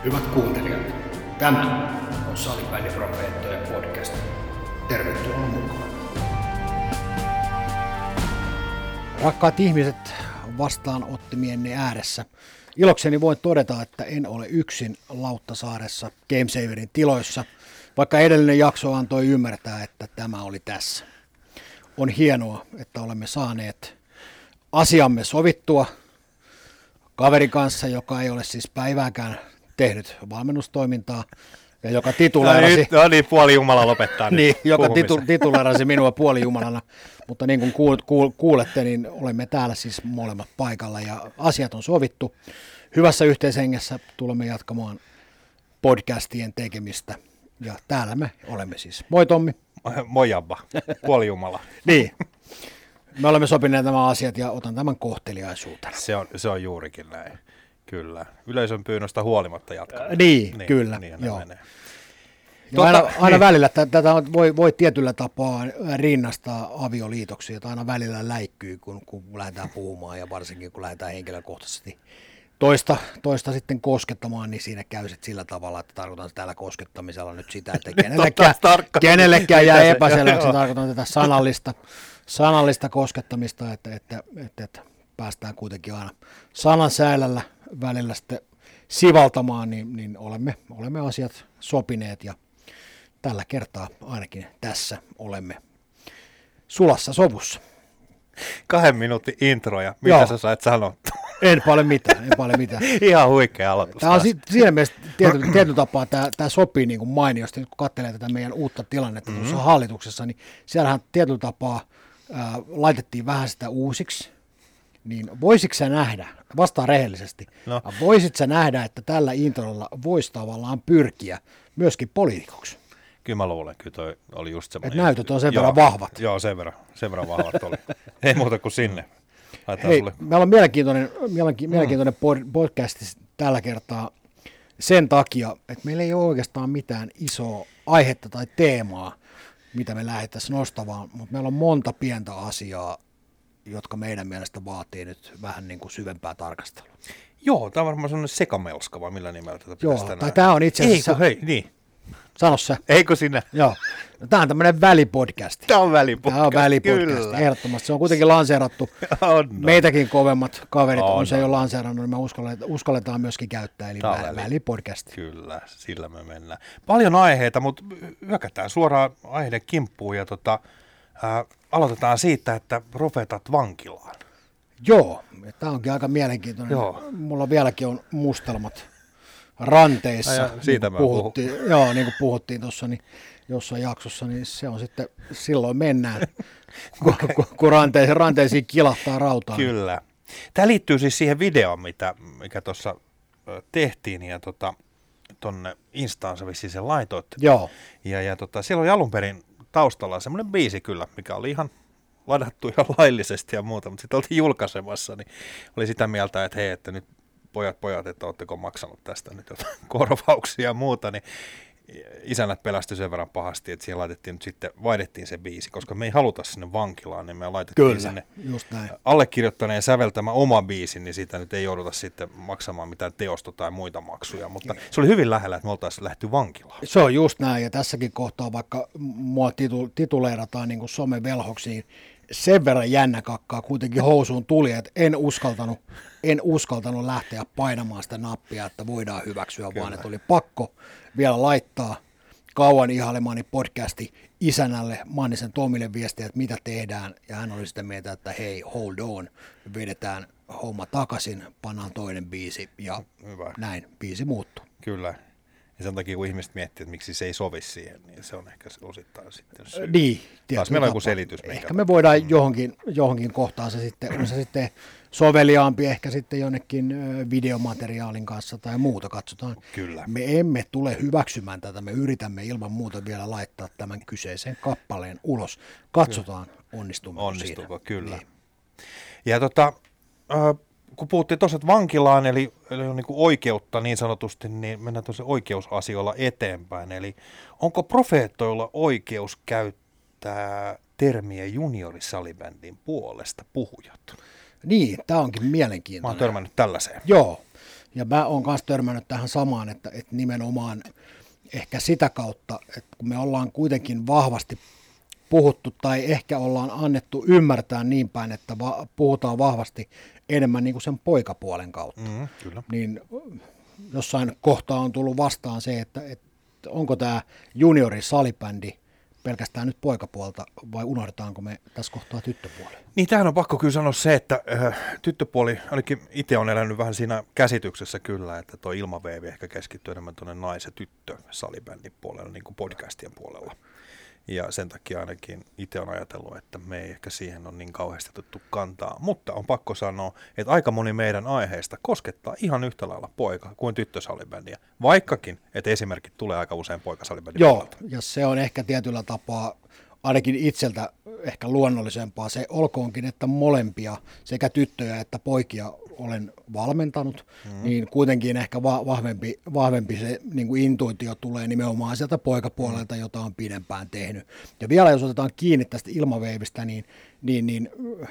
Hyvät kuuntelijat, tämä on Salibändiprofeettojen podcast. Tervetuloa mukaan. Rakkaat ihmiset vastaanottimienne ääressä. Ilokseni voin todeta, että en ole yksin Lauttasaaressa Gamesaverin tiloissa, vaikka edellinen jakso antoi ymmärtää, että tämä oli tässä. On hienoa, että olemme saaneet asiamme sovittua kaverin kanssa, joka ei ole siis päivääkään tehnyt valmennustoimintaa ja joka tituleerasi... No niin, puolijumala lopettaa niin, joka tituleerasi minua puolijumalana, mutta niin kuin kuulette, niin olemme täällä siis molemmat paikalla ja asiat on sovittu. Hyvässä yhteishengessä tulemme jatkamaan podcastien tekemistä ja täällä me olemme siis. Moi Tommi. Moi Abba, puolijumala. Niin. Me olemme sopineet nämä asiat ja otan tämän kohteliaisuutena. Se on juurikin näin, kyllä. Yleisön pyynnöstä huolimatta jatkaa. Niin, kyllä. Joo. Aina välillä, tätä voi tietyllä tapaa rinnastaa avioliitoksi, jota aina välillä läikkyy, kun lähdetään puhumaan ja varsinkin kun lähdetään henkilökohtaisesti toista sitten koskettamaan, niin siinä käy sitten sillä tavalla, että tarkoitan tällä koskettamisella nyt sitä, että kenellekään jää epäselväksi, tarkoitan tätä sanallista koskettamista, että päästään kuitenkin aina sanan säälällä välillä sitten sivaltamaan, niin olemme asiat sopineet ja tällä kertaa ainakin tässä olemme sulassa sovussa. 2 minuutin intro ja mitä sä sait sanoa? En paljon mitään. Ihan huikea aloitus. Tämä on siinä mielessä tietyllä tapaa tämä sopii niin kuin mainiosti, kun katselee tätä meidän uutta tilannetta tuossa hallituksessa, niin siellähän tietyllä tapaa laitettiin vähän sitä uusiksi. Niin voisitko sä nähdä, vastaa rehellisesti, voisitko sä nähdä, että tällä introlla voisi tavallaan pyrkiä myöskin poliitikoksi? Kyllä mä luulen, kyllä toi oli just semmoinen. Että näytöt on sen verran vahvat. Joo, sen verran vahvat oli. Ei muuta kuin sinne. Hei, meillä on mielenkiintoinen podcast tällä kertaa sen takia, että meillä ei ole oikeastaan mitään isoa aihetta tai teemaa, mitä me lähdettäisiin nostamaan, mutta meillä on monta pientä asiaa, jotka meidän mielestä vaatii nyt vähän niin kuin syvempää tarkastelua. Joo, tämä on varmaan sellainen sekamelska, vai millä nimellä tätä pitäisi tänään. Tai tämä on itse asiassa... Niin. Sano sä. Eikö sinä? Joo. No, tämä on tämmöinen välipodcast. Tämä on välipodcast, kyllä. Ehdottomasti. Se on kuitenkin lanseerattu. Meitäkin kovemmat kaverit on se jo lanseerannut, niin me uskalletaan myöskin käyttää, eli välipodcast. Kyllä, sillä me mennään. Paljon aiheita, mutta hyökätään suoraan aiheiden kimppuun ja aloitetaan siitä, että profeetat vankilaan. Joo, tämä onkin aika mielenkiintoinen. Joo. Mulla vieläkin on mustelmat ranteissa, siitä niin kuin puhuttiin tuossa niin jossain jaksossa, niin se on sitten, silloin mennään, kun ranteisiin kilahtaa rautaa. Kyllä. Tämä liittyy siis siihen videoon, mikä tuossa tehtiin, ja tuonne Instaan sä vissiin sen laitoitte. Joo. Ja siellä oli alun perin taustalla semmoinen biisi kyllä, mikä oli ihan ladattu ihan laillisesti ja muuta, mutta sitten oltiin julkaisemassa, niin oli sitä mieltä, että hei, että nyt pojat, että ootteko maksanut tästä nyt jotain korvauksia ja muuta, niin isännät pelästyi sen verran pahasti, että siihen laitettiin nyt sitten, vaihdettiin se biisi, koska me ei haluta sinne vankilaan, niin me laitettiin sinne allekirjoittaneen säveltämä oma biisin, niin siitä nyt ei jouduta sitten maksamaan mitään teosto tai muita maksuja, mutta se oli hyvin lähellä, että me oltaisiin lähty vankilaan. Se on just näin, ja tässäkin kohtaa, vaikka mua tituleerataan niin kuin somevelhoksi, niin sen verran jännä kakkaa kuitenkin housuun tuli, että en uskaltanut lähteä painamaan sitä nappia, että voidaan hyväksyä, vaan että oli pakko vielä laittaa kauan ihailemani podcasti isännälle Mannisen Tomille viestiä, että mitä tehdään, ja hän oli sitä mieltä, että hei, hold on, vedetään homma takaisin, pannaan toinen biisi, ja näin, biisi muuttuu. Kyllä. Ja sen takia, kun ihmiset miettii, että miksi se ei sovi siihen, niin se on ehkä osittain sitten syy. Niin. Taas meillä on joku selitys. Ehkä me voidaan johonkin kohtaan se sitten, on se sitten soveliaampi, ehkä sitten jonnekin videomateriaalin kanssa tai muuta, katsotaan. Kyllä. Me emme tule hyväksymään tätä, me yritämme ilman muuta vielä laittaa tämän kyseisen kappaleen ulos. Katsotaan, onnistuuko kyllä. Niin. Ja kun puhuttiin tuossa vankilaan, eli on niin kuin oikeutta niin sanotusti, niin mennään tuossa oikeusasioilla eteenpäin. Eli onko profeetoilla oikeus käyttää termiä juniorisalibändin puolesta puhujat? Niin, tämä onkin mielenkiintoinen. Mä oon törmännyt tällaiseen. Joo, ja mä oon myös törmännyt tähän samaan, että nimenomaan ehkä sitä kautta, että kun me ollaan kuitenkin vahvasti puhuttu tai ehkä ollaan annettu ymmärtää niin päin, että puhutaan vahvasti enemmän niin kuin sen poikapuolen kautta, kyllä. Niin jossain kohtaa on tullut vastaan se, että onko tämä juniori salibändi pelkästään nyt poikapuolta vai unohdetaanko me tässä kohtaa tyttöpuoli? Niin tähän on pakko kyllä sanoa se, että tyttöpuoli, ainakin itse on elänyt vähän siinä käsityksessä kyllä, että tuo ilmaveevi ehkä keskittyy enemmän tuonne nais- ja tyttö-salibändin puolella, niin kuin podcastien puolella. Ja sen takia ainakin itse on ajatellut, että me ei ehkä siihen ole niin kauheasti otettu kantaa. Mutta on pakko sanoa, että aika moni meidän aiheista koskettaa ihan yhtä lailla poika- kuin tyttösalibändiä. Vaikkakin, että esimerkit tulee aika usein poikasalibändin puolelta. Joo, ja se on ehkä tietyllä tapaa ainakin itseltä ehkä luonnollisempaa se, olkoonkin, että molempia, sekä tyttöjä että poikia olen valmentanut, niin kuitenkin ehkä vahvempi se niin kuin intuitio tulee nimenomaan sieltä poikapuolelta, jota on pidempään tehnyt. Ja vielä jos otetaan kiinni tästä ilmaveivistä, niin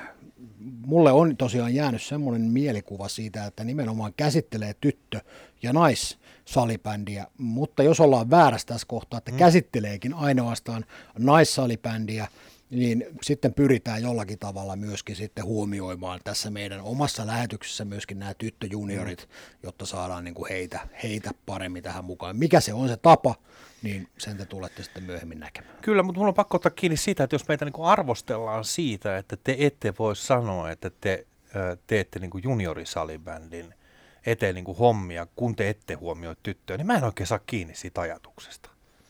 mulle on tosiaan jäänyt semmoinen mielikuva siitä, että nimenomaan käsittelee tyttö- ja naissalibändiä, mutta jos ollaan väärässä tässä kohtaa, että käsitteleekin ainoastaan naissalibändiä, niin sitten pyritään jollakin tavalla myöskin sitten huomioimaan tässä meidän omassa lähetyksessä myöskin nämä tyttöjuniorit, jotta saadaan niin kuin heitä paremmin tähän mukaan. Mikä se on se tapa, niin sen te tulette sitten myöhemmin näkemään. Kyllä, mutta mulla on pakko ottaa kiinni siitä, että jos meitä niin kuin arvostellaan siitä, että te ette voi sanoa, että te teette niin kuin juniorisalibändin eteen niin kuin hommia, kun te ette huomioi tyttöä, niin mä en oikein saa kiinni siitä ajatuksesta.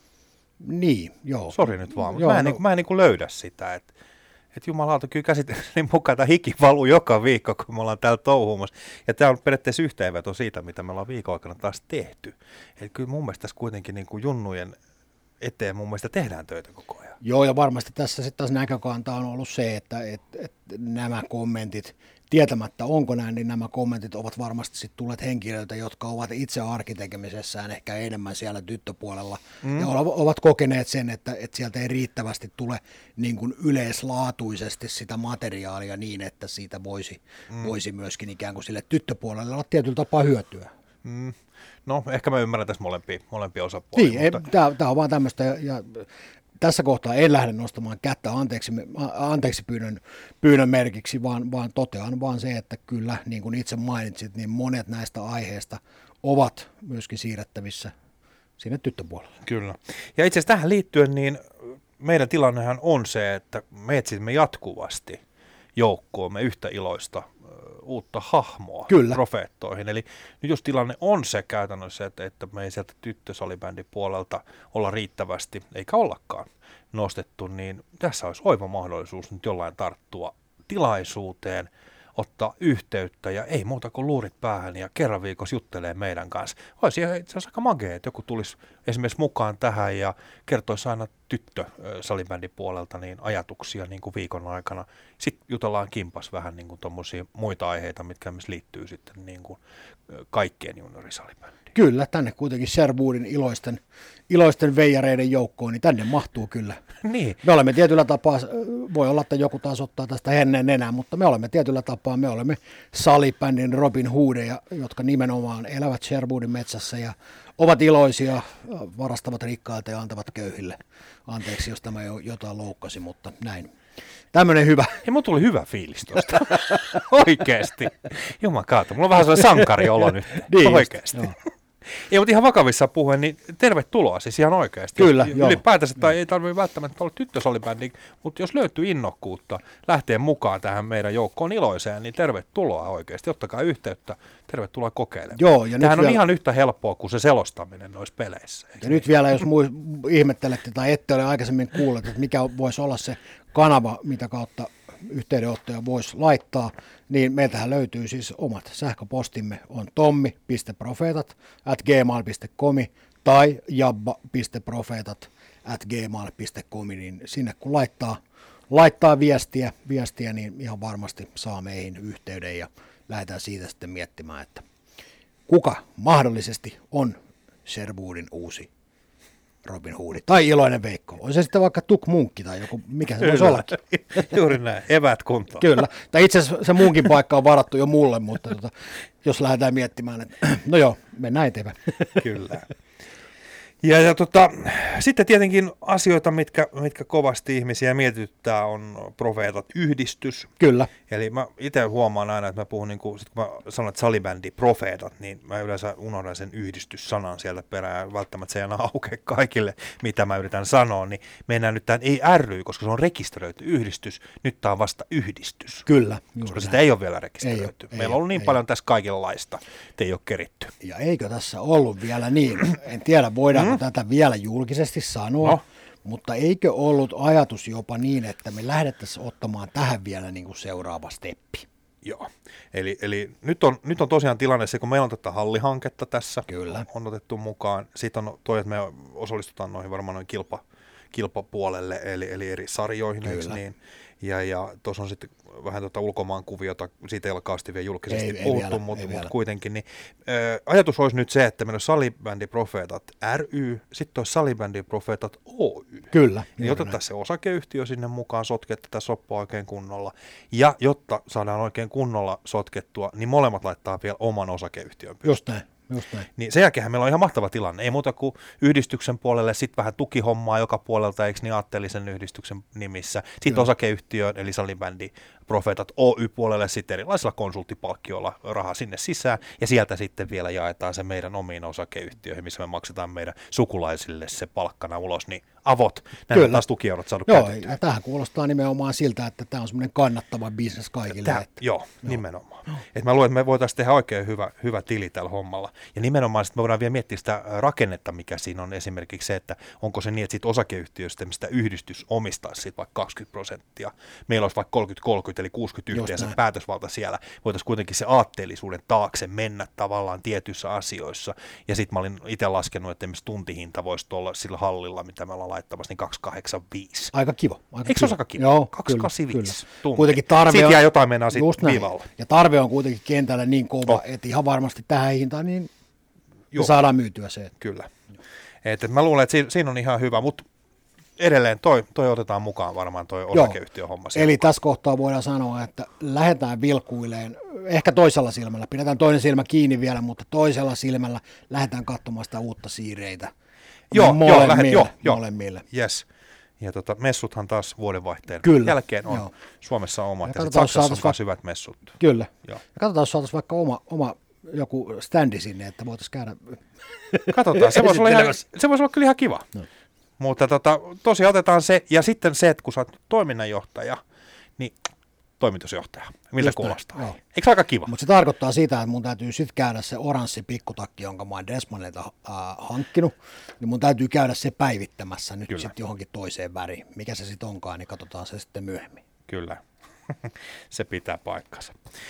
Niin, joo. Sori nyt vaan, joo, mä en niin kuin löydä sitä, että jumalauta kyllä käsittääkseni mukaan tämä hiki valuu joka viikko, kun me ollaan täällä touhuumassa. Ja tämä on periaatteessa yhteenveto siitä, mitä me ollaan viikon aikana taas tehty. Eli kyllä mun mielestä tässä kuitenkin niin kuin junnujen eteen mun mielestä tehdään töitä koko ajan. Joo, ja varmasti tässä sitten taas näkökanta on ollut se, että nämä kommentit, tietämättä onko näin, niin nämä kommentit ovat varmasti sitten tulleet henkilöiltä, jotka ovat itse arkitekemisessään ehkä enemmän siellä tyttöpuolella, ja ovat kokeneet sen, että sieltä ei riittävästi tule niin kuin yleislaatuisesti sitä materiaalia niin, että siitä voisi myöskin ikään kuin sille tyttöpuolelle olla tietyllä tapaa hyötyä. No, ehkä mä ymmärrän tässä molempia osapuolia. Niin, mutta tämä on vaan tämmöistä, ja tässä kohtaa en lähde nostamaan kättä anteeksi pyynnön merkiksi, vaan totean vaan se, että kyllä, niin kuin itse mainitsit, niin monet näistä aiheista ovat myöskin siirrettävissä sinne tyttöpuolelle. Kyllä. Ja itse asiassa tähän liittyen, niin meidän tilannehan on se, että me etsimme jatkuvasti joukkoomme yhtä iloista uutta hahmoa profeettoihin. Eli nyt jos tilanne on se käytännössä, että me ei sieltä tyttösalibändin puolelta olla riittävästi, eikä ollakaan nostettu, niin tässä olisi oiva mahdollisuus nyt jollain tarttua tilaisuuteen, ottaa yhteyttä ja ei muuta kuin luurit päähän ja kerran viikossa juttelee meidän kanssa. Olisi itse asiassa aika magea, että joku tulisi esimerkiksi mukaan tähän ja kertoisi aina tyttösalibändin puolelta niin ajatuksia niin kuin viikon aikana. Sitten jutellaan kimpas vähän niin kuin tommosia muita aiheita, mitkä myös liittyy sitten niin kuin kaikkeen juniorisalibändiin. Kyllä, tänne kuitenkin Sherwoodin iloisten veijareiden joukkoon, niin tänne mahtuu kyllä. Niin. Me olemme tietyllä tapaa, voi olla, että joku taas ottaa tästä henneen nenään, mutta me olemme tietyllä tapaa, me olemme salibändin Robin Hoodeja, jotka nimenomaan elävät Sherwoodin metsässä ja ovat iloisia, varastavat rikkailta ja antavat köyhille. Anteeksi, jos tämä jotain loukkasi, mutta näin. Tämmöinen hyvä. Ja mun tuli hyvä fiilis tuosta. Oikeesti. Jumakauta, mulla on vähän sellainen sankariolo nyt. Niin oikeesti. Ei, mutta ihan vakavissaan puhuen, niin tervetuloa siis ihan oikeasti. Kyllä, ylipäätänsä, tai ei tarvitse välttämättä olla tyttösalibändi, mutta jos löytyy innokkuutta lähteä mukaan tähän meidän joukkoon iloiseen, niin tervetuloa oikeasti. Ottakaa yhteyttä, tervetuloa kokeilemaan. Joo, ja tämähän on ihan yhtä helppoa kuin se selostaminen noissa peleissä. Ja nyt vielä, jos ihmettelette tai ette ole aikaisemmin kuulleet, että mikä voisi olla se kanava, mitä kautta yhteydenottoja voisi laittaa, niin meiltähän löytyy siis omat sähköpostimme on tommi.profeetat@gmail.com tai jabba.profeetat@gmail.com, niin sinne kun laittaa viestiä, niin ihan varmasti saa meihin yhteyden ja lähdetään siitä sitten miettimään, että kuka mahdollisesti on Sherwoodin uusi Robin Hood tai Iloinen Veikko. On se sitten vaikka Tuk Munkki tai joku, mikä se voisi ollakin. Juuri näin, eväät kuntoon. Kyllä, tai itse asiassa se munkin paikka on varattu jo mulle, mutta jos lähdetään miettimään, että no joo, mennään eteenpäin. Kyllä. Ja sitten tietenkin asioita, mitkä kovasti ihmisiä mietityttää, on Profeetat-yhdistys. Kyllä. Eli mä itse huomaan aina, että mä puhun, niin kun mä sanon, että salibändi Profeetat, niin mä yleensä unohdan sen yhdistyssanan sieltä perään. Välttämättä se ei aina aukea kaikille, mitä mä yritän sanoa. Niin mennään nyt tämän ei ry, koska se on rekisteröity yhdistys. Nyt tämä on vasta yhdistys. Kyllä. Koska sitä ei ole vielä rekisteröity. Meillä on ollut niin paljon tässä kaikenlaista, että ei ole keritty. Ja eikö tässä ollut vielä niin? En tiedä, voidaanko tätä vielä julkisesti sanoa, mutta eikö ollut ajatus jopa niin, että me lähdettäisiin ottamaan tähän vielä niin kuin seuraava steppi? Joo, eli nyt on tosiaan tilanne se, kun meillä on tätä hallihanketta tässä, Kyllä. On otettu mukaan. Sitten on toi, että me osallistutaan noihin varmaan noin kilpapuolelle, eli eri sarjoihin, eikö niin? Ja tuossa on sitten vähän ulkomaan kuviota, siitä ei ole kaasti vielä julkisesti puhuttu, mutta kuitenkin. Niin, ajatus olisi nyt se, että meillä on Salibändi Profeetat ry, sitten olisi Salibändi Profeetat Oy. Kyllä. Niin otetaan se osakeyhtiö sinne mukaan, sotkea tätä soppaa oikein kunnolla. Ja jotta saadaan oikein kunnolla sotkettua, niin molemmat laittaa vielä oman osakeyhtiön. Just näin. Niin sen jälkeen meillä on ihan mahtava tilanne. Ei muuta kuin yhdistyksen puolelle, sitten vähän tukihommaa joka puolelta, eikö niin Aatteellisen yhdistyksen nimissä. Sitten osakeyhtiöön, eli Salibändi Profeetat Oy-puolelle sitten erilaisilla konsulttipalkkioilla rahaa sinne sisään. Ja sieltä sitten vielä jaetaan se meidän omiin osakeyhtiöihin, missä me maksetaan meidän sukulaisille se palkkana ulos. Niin avot, näin on taas tukieurot saanut käytettyä. Ja tämähän kuulostaa nimenomaan siltä, että tämä on semmoinen kannattava bisnes kaikille. Nimenomaan. Et mä luulen, että me voitaisiin tehdä oikein hyvä tili tällä hommalla. Ja nimenomaan sitten me voidaan vielä miettiä sitä rakennetta, mikä siinä on esimerkiksi se, että onko se niin, että siitä osakeyhtiöstä, mistä yhdistys omistaisi siitä vaikka 20%. Meillä olisi vaikka 30-30 eli 60 yhteensä päätösvalta siellä. Voitaisiin kuitenkin se aatteellisuuden taakse mennä tavallaan tietyissä asioissa. Ja sitten mä olin itse laskenut, että esimerkiksi tuntihinta voisi olla sillä hallilla, mitä me ollaan laittamassa, niin 285. Aika kiva. Eikö se ole aika kiva? Joo, 285 tuntia. Kuitenkin tarve siitä jää jotain mennään sitten viivalle. Ja tarve on kuitenkin kentällä niin kova, että ihan varmasti tähän hintaan niin saadaan myytyä se. Kyllä. Et mä luulen, että siinä on ihan hyvä, mutta edelleen toi otetaan mukaan varmaan toi osakeyhtiöhomma. Eli mukaan. Tässä kohtaa voidaan sanoa, että lähdetään vilkuileen, ehkä toisella silmällä, pidetään toinen silmä kiinni vielä, mutta toisella silmällä lähdetään katsomaan sitä uutta siireitä. Molemmille. Yes. Ja messuthan taas vuodenvaihteen jälkeen on Suomessa omat, ja Saksassa on taas hyvät messut. Kyllä. Joo. Ja katsotaan, jos saataisiin vaikka oma joku standi sinne, että voitaisiin käydä. Katsotaan, se voisi olla kyllä ihan kiva. No. Mutta tosiaan otetaan se, ja sitten se, että kun sä oot toiminnanjohtaja, niin toimitusjohtaja. Miltä kuulostaa? Eikö aika kiva? Mutta se tarkoittaa sitä, että mun täytyy sitten käydä se oranssi pikkutakki, jonka mä oon Desmonilta hankkinut, niin mun täytyy käydä se päivittämässä nyt sitten johonkin toiseen väriin. Mikä se sitten onkaan, niin katsotaan se sitten myöhemmin. Kyllä, se pitää paikkansa.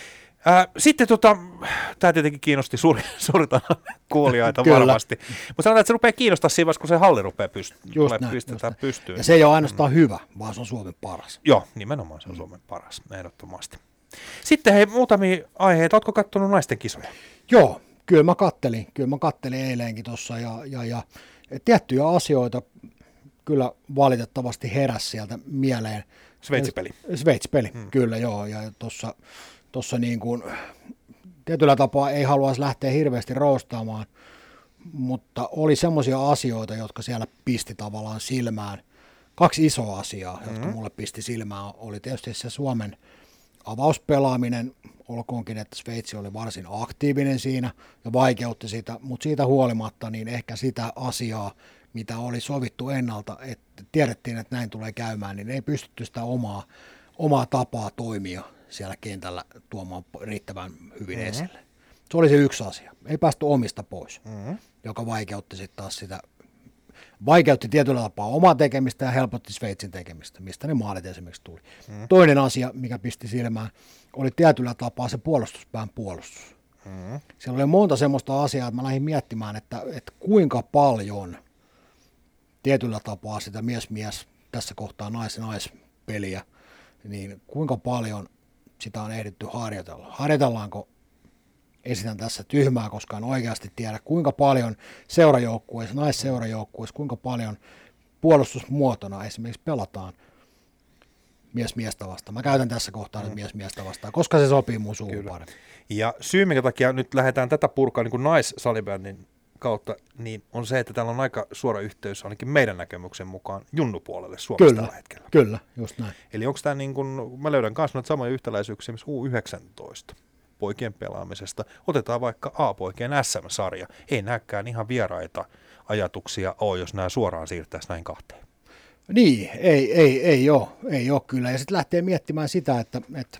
Sitten tämä tietenkin kiinnosti suurta kuulijoita varmasti, mutta sanotaan, että se rupeaa kiinnostaa siinä vaiheessa, kun se halli rupeaa pistetään pystyyn. Ja se ei ole ainoastaan hyvä, vaan se on Suomen paras. Joo, nimenomaan se on Suomen paras, ehdottomasti. Sitten hei, muutamia aiheita. Ootko katsonut naisten kisoja? Joo, kyllä mä kattelin eileenkin tuossa ja tiettyjä asioita kyllä valitettavasti heräsi sieltä mieleen. Sveitsi-peli, kyllä joo, ja tuossa niin kuin tietyllä tapaa ei haluaisi lähteä hirveästi roostaamaan, mutta oli semmoisia asioita, jotka siellä pisti tavallaan silmään. 2 isoa asiaa, jotka mulle pisti silmään, oli tietysti se Suomen avauspelaaminen, olkoonkin, että Sveitsi oli varsin aktiivinen siinä ja vaikeutti sitä, mutta siitä huolimatta niin ehkä sitä asiaa, mitä oli sovittu ennalta, että tiedettiin, että näin tulee käymään, niin ei pystytty sitä omaa tapaa toimia siellä kentällä tuomaan riittävän hyvin esille. Se oli se yksi asia. Ei päästy omista pois, joka vaikeutti sitten taas sitä, vaikeutti tietyllä tapaa omaa tekemistä ja helpotti Sveitsin tekemistä, mistä ne maalit esimerkiksi tuli. Toinen asia, mikä pisti silmään, oli tietyllä tapaa se puolustuspään puolustus. Siellä oli monta semmoista asiaa, että mä lähdin miettimään, että kuinka paljon tietyllä tapaa sitä mies-mies, tässä kohtaa nais-naispeliä, niin kuinka paljon sitä on ehditty harjoitella. Harjoitellaanko esitän tässä tyhmää, koska en oikeasti tiedä, kuinka paljon seurajoukkueissa, naisseurajoukkueissa, kuinka paljon puolustusmuotona esimerkiksi pelataan mies-miestä vastaan. Mä käytän tässä kohtaa nyt mies-miestä vastaan, koska se sopii mun suuhun paremmin. Ja syy, minkä takia nyt lähdetään tätä purkaa niin kuin naissalibändin kautta, niin on se, että täällä on aika suora yhteys, ainakin meidän näkemyksen mukaan, junnupuolelle Suomessa tällä hetkellä. Kyllä, just näin. Eli onko tämä niin kuin, mä löydän kanssa noita samoja yhtäläisyyksiä, missä U19 poikien pelaamisesta. Otetaan vaikka A-poikien SM-sarja. Ei näkään ihan vieraita ajatuksia ole, jos nämä suoraan siirtäisi näin kahteen. Niin, ei ole kyllä. Ja sitten lähtee miettimään sitä, että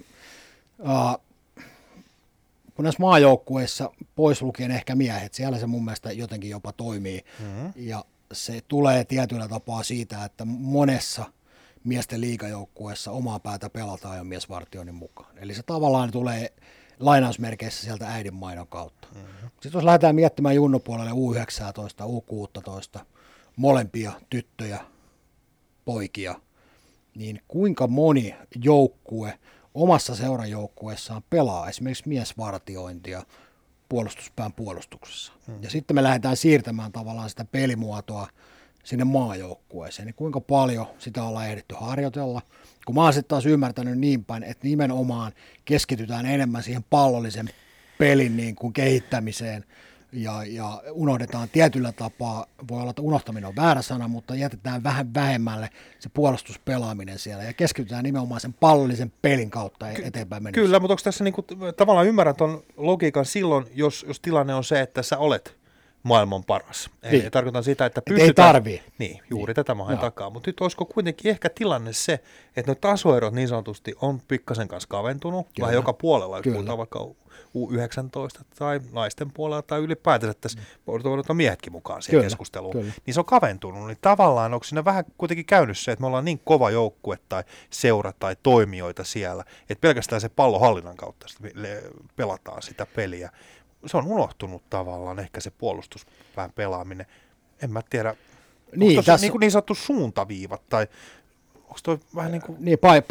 kun näissä maajoukkueissa, pois lukien ehkä miehet, siellä se mun mielestä jotenkin jopa toimii. Ja se tulee tietyllä tapaa siitä, että monessa miesten liigajoukkueessa omaa päätä pelataan jo miesvartioinnin mukaan. Eli se tavallaan tulee lainausmerkeissä sieltä äidinmaidon kautta. Sitten jos lähdetään miettimään junnupuolelle U19, U16, molempia tyttöjä, poikia, niin kuinka moni joukkue omassa seurajoukkueessaan pelaa esimerkiksi miesvartiointia puolustuspään puolustuksessa. Ja sitten me lähdetään siirtämään tavallaan sitä pelimuotoa sinne maajoukkueeseen, niin kuinka paljon sitä ollaan ehditty harjoitella. Kun mä oon sitten taas ymmärtänyt niin päin, että nimenomaan keskitytään enemmän siihen pallollisen pelin niin kuin kehittämiseen ja unohdetaan tietyllä tapaa, voi olla, että unohtaminen on väärä sana, mutta jätetään vähän vähemmälle se puolustuspelaaminen siellä ja keskitytään nimenomaan sen pallollisen pelin kautta eteenpäin mennessä. Kyllä, mutta onko tässä niinku, tavallaan ymmärrän tuon logiikan silloin, jos tilanne on se, että sä olet maailman paras. Ei tarkoitan sitä, että pystytään. Ei tarvii. Niin, juuri tätä mä haen takaa. Mutta nyt olisiko kuitenkin ehkä tilanne se, että ne tasoerot niin sanotusti on pikkasen kanssa kaventunut. Vähän joka puolella, jos puhutaan vaikka U19 tai naisten puolella tai ylipäätänsä tässä, voidaan miehetkin mukaan siihen keskusteluun. Kyllä. Niin se on kaventunut. Niin tavallaan onko siinä vähän kuitenkin käynyt se, että me ollaan niin kova joukkue tai seura tai toimijoita siellä, että pelkästään se pallohallinnan kautta pelataan sitä peliä. Se on unohtunut tavallaan ehkä se puolustuspään pelaaminen. En mä tiedä, onko tässä niin sanottu suuntaviivat tai onko toi vähän niin kuin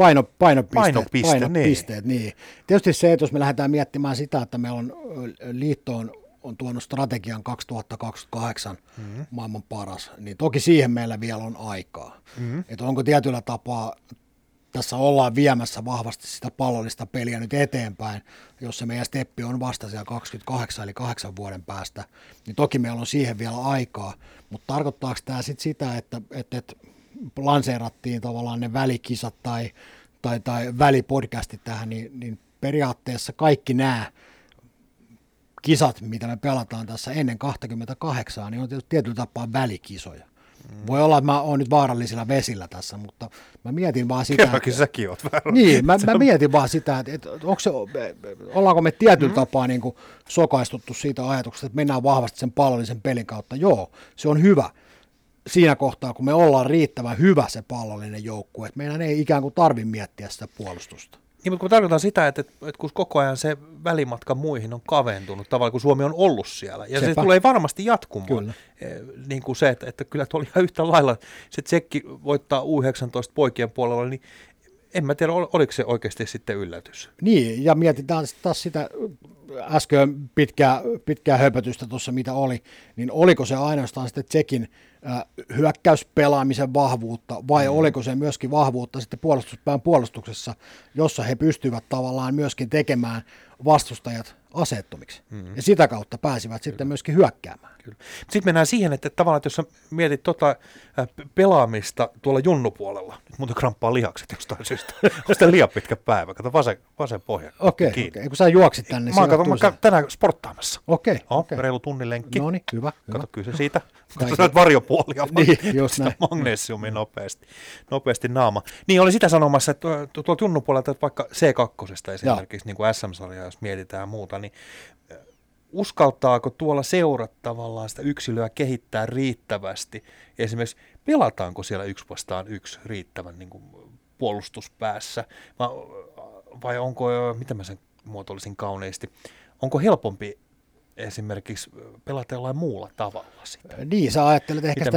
painopisteet. Niin. Tietysti se, että jos me lähdetään miettimään sitä, että meillä on liitto on tuonut strategian 2028 maailman paras, niin toki siihen meillä vielä on aikaa. Että onko tietyllä tapaa tässä ollaan viemässä vahvasti sitä pallollista peliä nyt eteenpäin, jos se meidän steppi on vasta siellä 28 eli 8 vuoden päästä, niin toki meillä on siihen vielä aikaa, mutta tarkoittaako tämä sitten sitä, että lanseerattiin tavallaan ne välikisat tai välipodcastit tähän, niin periaatteessa kaikki nämä kisat, mitä me pelataan tässä ennen 28, niin on tietyllä tapaa välikisoja. Voi olla, että mä oon nyt vaarallisilla vesillä tässä, mutta mä mietin vaan sitä, kerrankin säkin oot väärä. Niin, mä mietin vaan sitä, että ollaanko me tietyllä tapaa niin kuin sokaistuttu siitä ajatuksesta, että mennään vahvasti sen pallollisen pelin kautta. Joo, se on hyvä siinä kohtaa, kun me ollaan riittävän hyvä se pallollinen joukkue, että meidän ei ikään kuin tarvitse miettiä sitä puolustusta. Niin, mutta kun tarkoitan sitä, että kun koko ajan se välimatka muihin on kaventunut, tavallaan kun Suomi on ollut siellä, ja se tulee varmasti jatkumaan. Niin kuin se, että kyllä oli ihan yhtä lailla, se Tsekki voittaa U19 poikien puolella, niin en mä tiedä, oliko se oikeasti sitten yllätys. Niin, ja mietitään taas sitä äsken pitkää höpötystä tuossa, mitä oli, niin oliko se ainoastaan sitten Tsekin hyökkäyspelaamisen vahvuutta, vai oliko se myöskin vahvuutta sitten puolustuspään puolustuksessa, jossa he pystyivät tavallaan myöskin tekemään vastustajat aseettomiksi. Ja sitä kautta pääsivät sitten myöskin hyökkäämään. Kyllä. Sitten mennään siihen, että tavallaan, että jos sä mietit pelaamista tuolla junnupuolella, nyt muuten kramppaa lihakset jostain syystä, onko sitä liian pitkä päivä? Kato vasen pohja. Okei. Kun sä juoksit tänne, niin mä käyn tänään sporttaamassa. Okei. Reilu tunnin lenkki. No niin, hyvä. Kato, kyllä se siitä. Katsotaan varjopuolia, niin, just näin. Magnesiumia nopeasti naama. Niin, oli sitä sanomassa, että tuolta junnupuolelta, että vaikka C2 esimerkiksi, niin kuin SM-sarjaa, jos mietitään ja muuta, niin uskaltaako tuolla seurat tavallaan sitä yksilöä kehittää riittävästi? Esimerkiksi pelataanko siellä 1 vastaan 1 riittävän niin kuin puolustuspäässä? Vai onko, miten mä sen muotoilisin kauniisti, onko helpompi esimerkiksi pelata jollain muulla tavalla sitä? Niin, sä ajattelet ehkä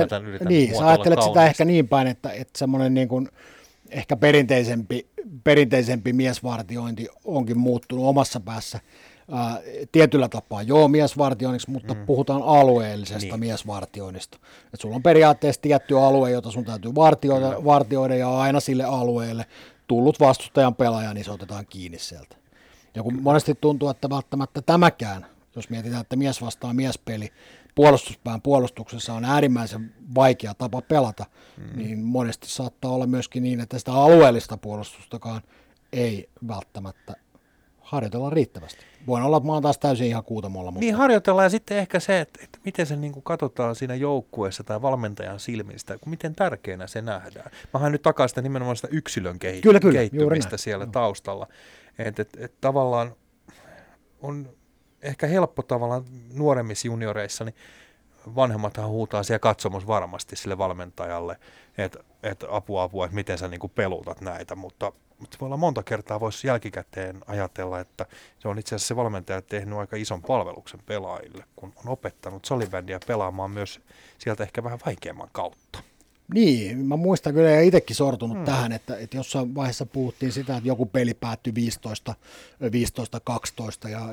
sitä ehkä niin päin, että semmoinen niin kuin ehkä perinteisempi miesvartiointi onkin muuttunut omassa päässä tietyllä tapaa miesvartioinniksi, mutta puhutaan alueellisesta miesvartioinnista. Et sulla on periaatteessa tietty alue, jota sun täytyy vartioida ja aina sille alueelle tullut vastustajan pelaaja, niin se otetaan kiinni sieltä. Ja kun monesti tuntuu, että välttämättä tämäkään, jos mietitään, että mies vastaa miespeli, puolustuspään puolustuksessa on äärimmäisen vaikea tapa pelata, niin monesti saattaa olla myöskin niin, että sitä alueellista puolustustakaan ei välttämättä harjoitella riittävästi. Voin olla, että mä oon taas täysin ihan kuutamolla. Mutta... Niin harjoitellaan ja sitten ehkä se, että miten se niin kuin katsotaan siinä joukkueessa tai valmentajan silmistä, miten tärkeänä se nähdään. Mä haen nyt takaisin sitä nimenomaan sitä yksilön kehittymistä siellä taustalla. Että tavallaan on ehkä helppo tavallaan nuoremmissa junioreissa, niin vanhemmathan huutaa siellä katsomus varmasti sille valmentajalle, että apua, että miten sä niin kuin pelutat näitä, mutta se voi olla monta kertaa, voisi jälkikäteen ajatella, että se on itse asiassa se valmentaja tehnyt aika ison palveluksen pelaajille, kun on opettanut salibändiä pelaamaan myös sieltä ehkä vähän vaikeamman kautta. Niin, mä muistan kyllä ja itsekin sortunut tähän, että jossain vaiheessa puhuttiin sitä, että joku peli päättyi 15-12 ja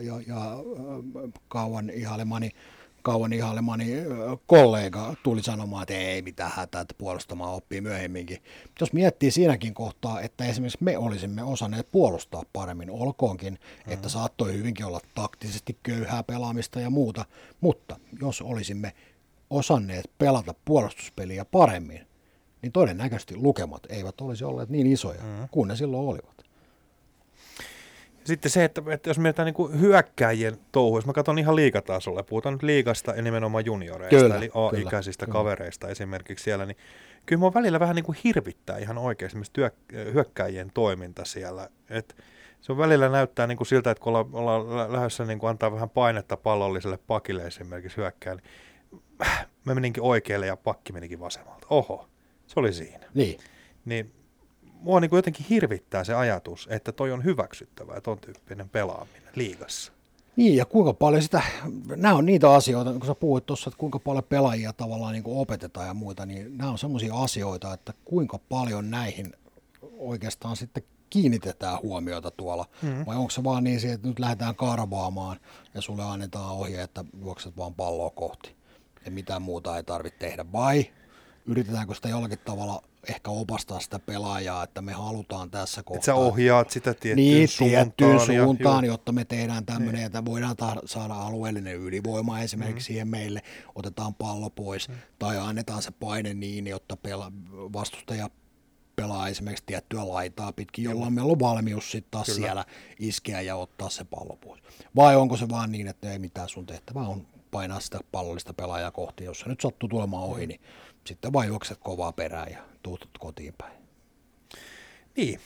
kauan ihailemani kollega tuli sanomaan, että ei mitään hätää, että puolustamaan oppii myöhemminkin. Jos miettii siinäkin kohtaa, että esimerkiksi me olisimme osanneet puolustaa paremmin, olkoonkin, että saattoi hyvinkin olla taktisesti köyhää pelaamista ja muuta, mutta jos olisimme osanneet pelata puolustuspeliä paremmin, niin todennäköisesti lukemat eivät olisi olleet niin isoja kuin ne silloin olivat. Sitten se, että jos mietitään niin hyökkääjien touhu, jos mä katson ihan liigatasolla, puhutaan nyt liigasta ja nimenomaan junioreista, kyllä, eli A-ikäisistä kavereista esimerkiksi siellä, niin kyllä mua välillä vähän niin kuin hirvittää ihan oikeasti hyökkääjien toiminta siellä. Et se on välillä näyttää niin kuin siltä, että kun ollaan lähdössä niin kuin antaa vähän painetta pallolliselle pakille esimerkiksi hyökkää, niin mä meninkin oikealle ja pakki menikin vasemmalta. Oho, se oli siinä. Niin mua niin kuin jotenkin hirvittää se ajatus, että toi on hyväksyttävää, ton tyyppinen pelaaminen liigassa. Niin, ja kuinka paljon sitä, nämä on niitä asioita, kun sä puhuit tuossa, että kuinka paljon pelaajia tavallaan niin kuin opetetaan ja muita, niin nämä on semmoisia asioita, että kuinka paljon näihin oikeastaan sitten kiinnitetään huomiota tuolla, vai onko se vaan niin, että nyt lähdetään karvaamaan ja sulle annetaan ohje, että juokset vaan palloa kohti ja mitään muuta ei tarvitse tehdä, vai yritetäänkö sitä jollakin tavalla ehkä opastaa sitä pelaajaa, että me halutaan tässä kohtaa. Että sä ohjaat sitä tiettyyn suuntaan. Jotta me tehdään tämmöinen, että voidaan saada alueellinen ylivoima esimerkiksi siihen meille, otetaan pallo pois, tai annetaan se paine niin, jotta vastustaja pelaa esimerkiksi tiettyä laitaa pitkin, jolloin meillä on valmius sitten taas siellä iskeä ja ottaa se pallo pois. Vai onko se vaan niin, että ei mitään, sun tehtävä on painaa sitä pallollista pelaajaa kohti, jos se nyt sattuu tulemaan ohi, niin sitten vaan juokset kovaa perään ja tuut kotiin päin. Niin.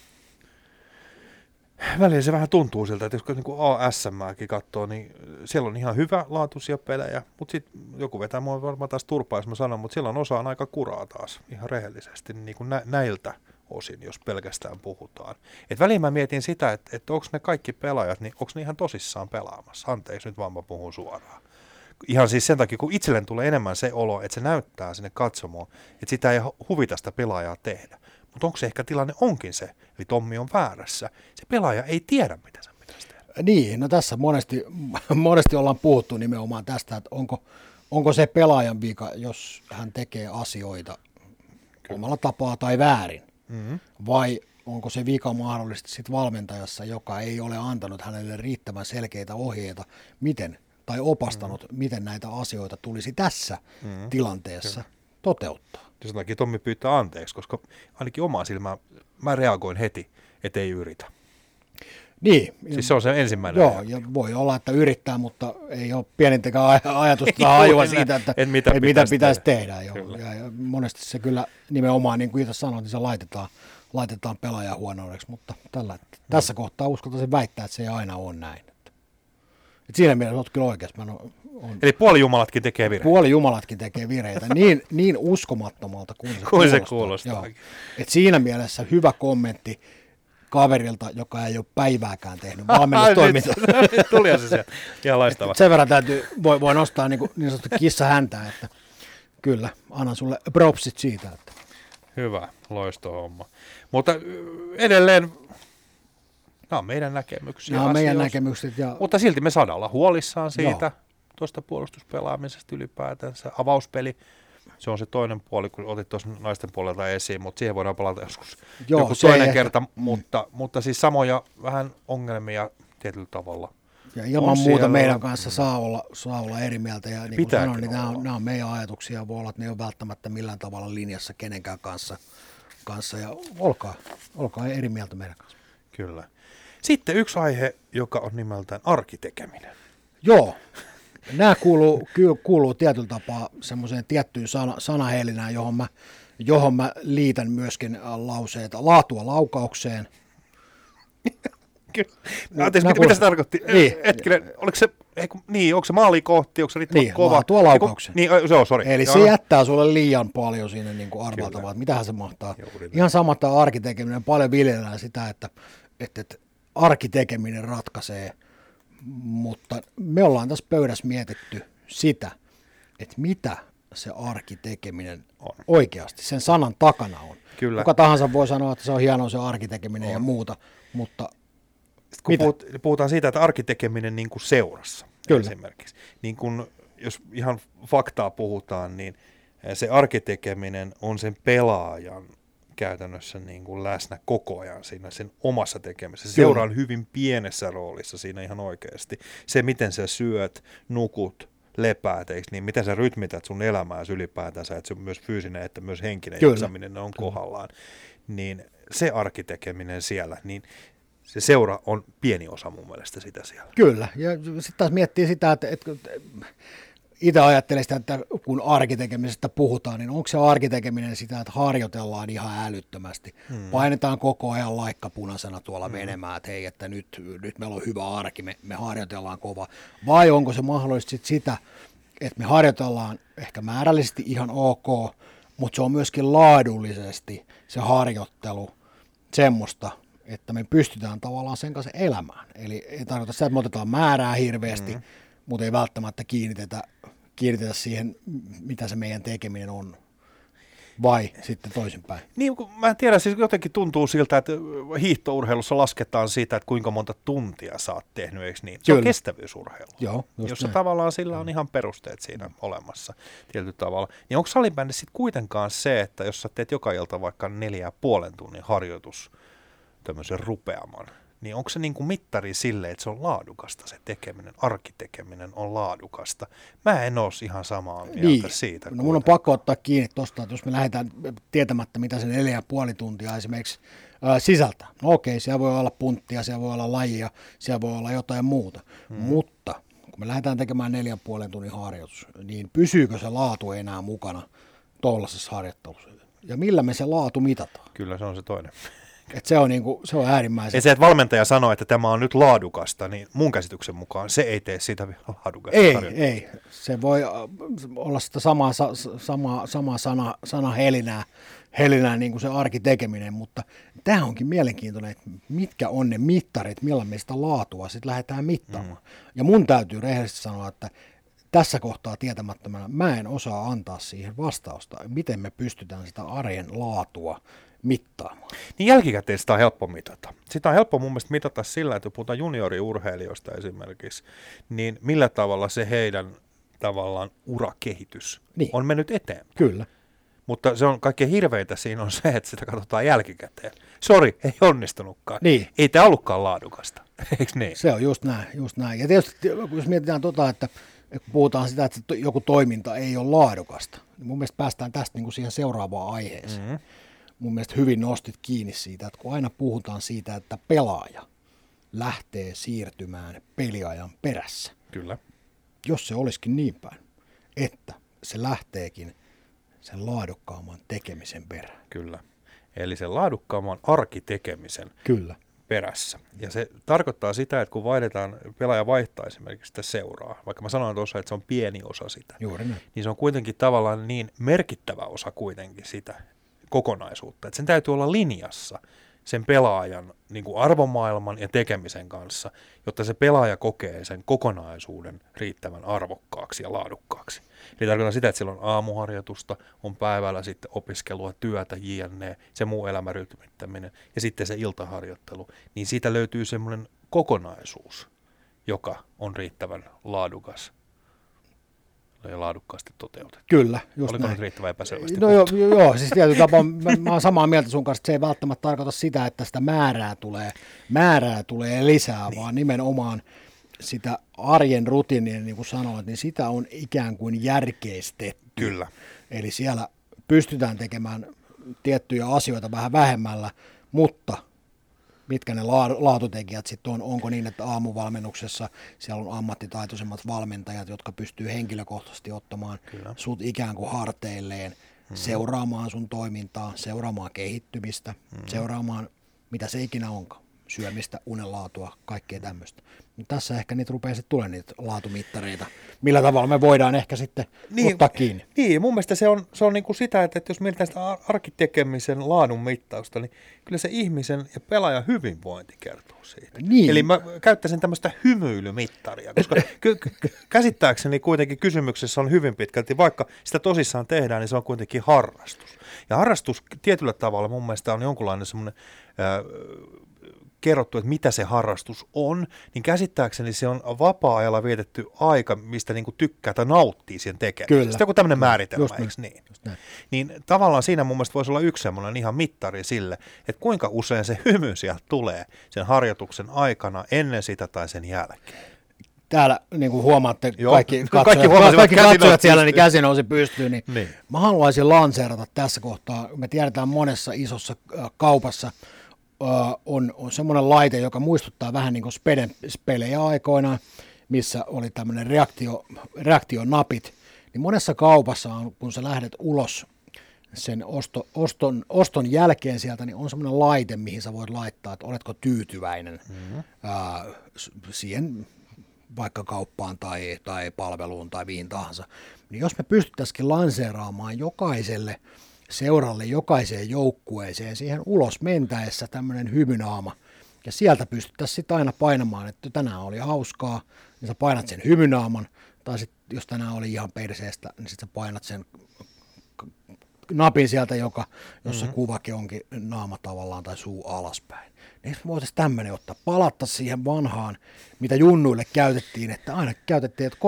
Välillä se vähän tuntuu siltä, että jos niin ASM:ääkin katsoo, niin siellä on ihan hyvälaatuisia pelejä, mutta sitten joku vetää mua varmaan taas turpaa, jos mä sanon, mutta siellä on osaan aika kuraa taas ihan rehellisesti niin kuin näiltä osin, jos pelkästään puhutaan. Et väliin mä mietin sitä, että onko ne kaikki pelaajat, niin onko ne ihan tosissaan pelaamassa? Anteeksi, nyt vaan mä puhun suoraan. Ihan siis sen takia, kun itsellen tulee enemmän se olo, että se näyttää sinne katsomoon, että sitä ei huvita sitä pelaajaa tehdä. Mutta onko se ehkä tilanne onkin se, eli Tommi on väärässä. Se pelaaja ei tiedä, mitä sen pitäisi tehdä. Niin, no tässä monesti ollaan puhuttu nimenomaan tästä, että onko se pelaajan vika, jos hän tekee asioita omalla tapaa tai väärin, vai onko se vika mahdollisesti sit valmentajassa, joka ei ole antanut hänelle riittävän selkeitä ohjeita, miten tai opastanut, miten näitä asioita tulisi tässä tilanteessa toteuttaa. Sen takia Tommi pyytää anteeksi, koska ainakin omaa silmää mä reagoin heti, ettei yritä. Niin. Siis se on se ensimmäinen. Joo, ja voi olla, että yrittää, mutta ei ole pienintäkään ajatusta tai hajua siitä, että mitä pitäisi tehdä. Ja monesti se kyllä nimenomaan, niin kuin itse sanoin, niin se laitetaan pelaajan huonoudeksi, mutta tässä kohtaa uskaltaisin väittää, että se ei aina ole näin. Et siinä mielessä olet kyllä oikeassa. Eli puolijumalatkin tekee vireitä. Puolijumalatkin tekee vireitä, niin uskomattomalta kuin se kuulostaa. Et siinä mielessä hyvä kommentti kaverilta, joka ei ole päivääkään tehnyt valmennustoimintaa. Tuli se sieltä. Ihan laistava. Sen verran voi nostaa niin sanottu kissa häntää, että kyllä, annan sulle propsit siitä. Että. Hyvä, loistohomma. Mutta edelleen Nämä on meidän näkemyksiä. Nämä on meidän näkemykset. Mutta silti me saadaan olla huolissaan siitä, tuosta puolustuspelaamisesta ylipäätänsä. Avauspeli, se on se toinen puoli, kun otit tuossa naisten puolelta esiin, mutta siihen voidaan palata joskus joku toinen kerta, mutta siis samoja vähän ongelmia tietyllä tavalla. Ja ilman muuta meidän kanssa saa olla eri mieltä, ja niin kuin sanoin, niin nämä on meidän ajatuksia, voi olla, että ne ei ole välttämättä millään tavalla linjassa kenenkään kanssa ja olkaa eri mieltä meidän kanssa. Kyllä. Sitten yksi aihe, joka on nimeltään arkitekeminen. Joo, nämä kuuluu tietyllä tapaa semmoiseen tiettyyn sanahelinään, johon mä liitän myöskin lauseita laatua laukaukseen. Kyllä. Anteeksi, mitä se tarkoitti? Niin. Onko se maali kohti, onko se riittävän kova? Laatua laukaukseen. Sori. Eli se jättää sulle liian paljon siinä niin kuin arvaltavaa, että mitähän se mahtaa. Ihan sama tämä arkitekeminen, paljon viljellään sitä, että arkitekeminen ratkaisee, mutta me ollaan tässä pöydässä mietitty sitä, että mitä se arkitekeminen oikeasti sen sanan takana on. Kyllä. Kuka tahansa voi sanoa, että se on hienoa se arkitekeminen ja muuta, mutta kun puhutaan siitä, että arkitekeminen niin kuin seurassa esimerkiksi, niin kun, jos ihan faktaa puhutaan, niin se arkitekeminen on sen pelaajan käytännössä niin kuin läsnä koko ajan siinä sen omassa tekemisessä. Seura on hyvin pienessä roolissa siinä ihan oikeasti. Se, miten sä syöt, nukut, lepäät, niin miten sä rytmität sun elämääsi ylipäätänsä, että se on myös fyysinen että myös henkinen jaksaminen on kohdallaan, niin se arkitekeminen siellä, niin se seura on pieni osa mun mielestä sitä siellä. Kyllä, ja sitten taas miettii sitä, että itse ajattelen sitä, että kun arkitekemisestä puhutaan, niin onko se arkitekeminen sitä, että harjoitellaan ihan älyttömästi. Painetaan koko ajan laikkapunaisena tuolla menemään, että hei, että nyt meillä on hyvä arki, me harjoitellaan kova. Vai onko se mahdollisesti sitä, että me harjoitellaan ehkä määrällisesti ihan ok, mutta se on myöskin laadullisesti se harjoittelu semmoista, että me pystytään tavallaan sen kanssa elämään. Eli ei tarkoita sitä, että me otetaan määrää hirveästi, mutta ei välttämättä kiinnitetä siihen, mitä se meidän tekeminen on, vai sitten toisinpäin. Niin, mä en tiedä, siis jotenkin tuntuu siltä, että hiihtourheilussa lasketaan siitä, että kuinka monta tuntia sä oot tehnyt, eikö niin? Se on kestävyysurheilu, jossa tavallaan sillä on ihan perusteet siinä olemassa tietyllä tavalla. Niin onko salibändissä sitten kuitenkaan se, että jos sä teet joka ilta vaikka 4,5 tunnin harjoitus tämmöisen rupeaman, niin onko se niin kuin mittari sille, että se on laadukasta se tekeminen, arkitekeminen on laadukasta? Mä en ole ihan samaa mieltä siitä. No mun on pakko ottaa kiinni tuosta, että jos me lähdetään tietämättä, mitä se 4,5 tuntia esimerkiksi sisältää. No okei, siellä voi olla punttia, siellä voi olla lajia, siellä voi olla jotain muuta, mutta kun me lähdetään tekemään 4,5 tunnin harjoitus, niin pysyykö se laatu enää mukana tuollaisessa harjoittelussa? Ja millä me se laatu mitataan? Kyllä se on se toinen. Että se on äärimmäisen. Ja se, että valmentaja sanoo, että tämä on nyt laadukasta, niin mun käsityksen mukaan se ei tee sitä vielä laadukasta. Ei. Se voi olla sitä samaa sanahelinää niin kuin se arkitekeminen, mutta tämä onkin mielenkiintoinen, että mitkä on ne mittarit, millä me sitä laatua sitten lähdetään mittaamaan. Ja mun täytyy rehellisesti sanoa, että tässä kohtaa tietämättömänä mä en osaa antaa siihen vastausta, miten me pystytään sitä arjen laatua mittaamaan. Niin jälkikäteen sitä on helppo mitata. Sitä on helppo mun mielestä mitata sillä, että kun puhutaan junioriurheilijoista esimerkiksi, niin millä tavalla se heidän tavallaan urakehitys on mennyt eteenpäin. Kyllä. Mutta se on kaikkein hirveintä siinä on se, että sitä katsotaan jälkikäteen. Sori, ei onnistunutkaan. Niin. Ei tämä ollutkaan laadukasta. Eikö niin? Se on just näin. Ja tietysti jos mietitään että kun puhutaan sitä, että joku toiminta ei ole laadukasta, niin mun mielestä päästään tästä niin kuin siihen seuraavaan aiheeseen. Mun mielestä hyvin nostit kiinni siitä, että kun aina puhutaan siitä, että pelaaja lähtee siirtymään peliajan perässä. Kyllä. Jos se olisikin niin päin, että se lähteekin sen laadukkaamman tekemisen perään. Kyllä. Eli sen laadukkaamman arkitekemisen perässä. Ja se tarkoittaa sitä, että kun pelaaja vaihtaa esimerkiksi sitä seuraa, vaikka mä sanoin tuossa, että se on pieni osa sitä, niin se on kuitenkin tavallaan niin merkittävä osa kuitenkin sitä kokonaisuutta, että sen täytyy olla linjassa sen pelaajan niin kuin arvomaailman ja tekemisen kanssa, jotta se pelaaja kokee sen kokonaisuuden riittävän arvokkaaksi ja laadukkaaksi. Eli tarkoitan sitä, että sillä on aamuharjoitusta, on päivällä sitten opiskelua, työtä, jne, se muu elämän rytmittäminen ja sitten se iltaharjoittelu, niin siitä löytyy semmoinen kokonaisuus, joka on riittävän laadukas ja laadukkaasti toteutettu. Kyllä, just Oliko näin. nyt riittävän epäselvästi? No joo, siis tietyllä tapaa mä oon samaa mieltä sun kanssa, että se ei välttämättä tarkoita sitä, että sitä määrää tulee lisää, vaan nimenomaan sitä arjen rutiinia, niin kuin sanoit, niin sitä on ikään kuin järkeistetty. Kyllä. Eli siellä pystytään tekemään tiettyjä asioita vähän vähemmällä, mutta mitkä ne laatutekijät sitten on? Onko niin, että aamuvalmennuksessa siellä on ammattitaitoisemmat valmentajat, jotka pystyy henkilökohtaisesti ottamaan sut ikään kuin harteilleen, seuraamaan sun toimintaa, seuraamaan kehittymistä, seuraamaan mitä se ikinä onkaan, syömistä, unenlaatua, kaikkea tämmöistä. Tässä ehkä niitä rupeaa sitten tulemaan niitä laatumittareita, millä tavalla me voidaan ehkä sitten ottaa kiinni. Niin, mun mielestä se on niin kuin sitä, että jos mietitään sitä arkitekemisen laadun mittausta, niin kyllä se ihmisen ja pelaajan hyvinvointi kertoo siitä. Niin. Eli mä käyttäisin tämmöistä hymyilymittaria, koska käsittääkseni kuitenkin kysymyksessä on hyvin pitkälti, vaikka sitä tosissaan tehdään, niin se on kuitenkin harrastus. Ja harrastus tietyllä tavalla mun mielestä on jonkunlainen semmoinen kerrottu, että mitä se harrastus on, niin käsittääkseni se on vapaa-ajalla vietetty aika, mistä niinku tykkää tai nauttii siihen tekemisestä. Sitten joku tämmöinen määritelmä, eikö niin? Niin tavallaan siinä mun mielestä voisi olla yksi semmoinen ihan mittari sille, että kuinka usein se hymy sieltä tulee sen harjoituksen aikana, ennen sitä tai sen jälkeen. Täällä niin kuin huomaatte, kaikki katsojat siellä, niin käsi nousi pystyyn, niin mä haluaisin lanseerata tässä kohtaa. Me tiedetään monessa isossa kaupassa, on semmoinen laite, joka muistuttaa vähän niin kuin spelejä aikoinaan, missä oli tämmöinen reaktionapit, niin monessa kaupassa on, kun sä lähdet ulos sen oston jälkeen sieltä, niin on semmoinen laite, mihin sä voit laittaa, että oletko tyytyväinen siihen vaikka kauppaan tai palveluun tai mihin tahansa. Niin jos me pystyttäisikin lanseeraamaan jokaiselle seuralle, jokaiseen joukkueeseen siihen ulos mentäessä tämmöinen hymynaama, ja sieltä pystyttäisiin sitten aina painamaan, että tänään oli hauskaa, niin sä painat sen hymynaaman, tai sitten jos tänään oli ihan perseestä, niin sitten sä painat sen napin sieltä, jossa kuvakin onkin naama tavallaan tai suu alaspäin. Niin me voitaisiin tämmöinen ottaa, palata siihen vanhaan, mitä junnuille käytettiin, että aina käytettiin, että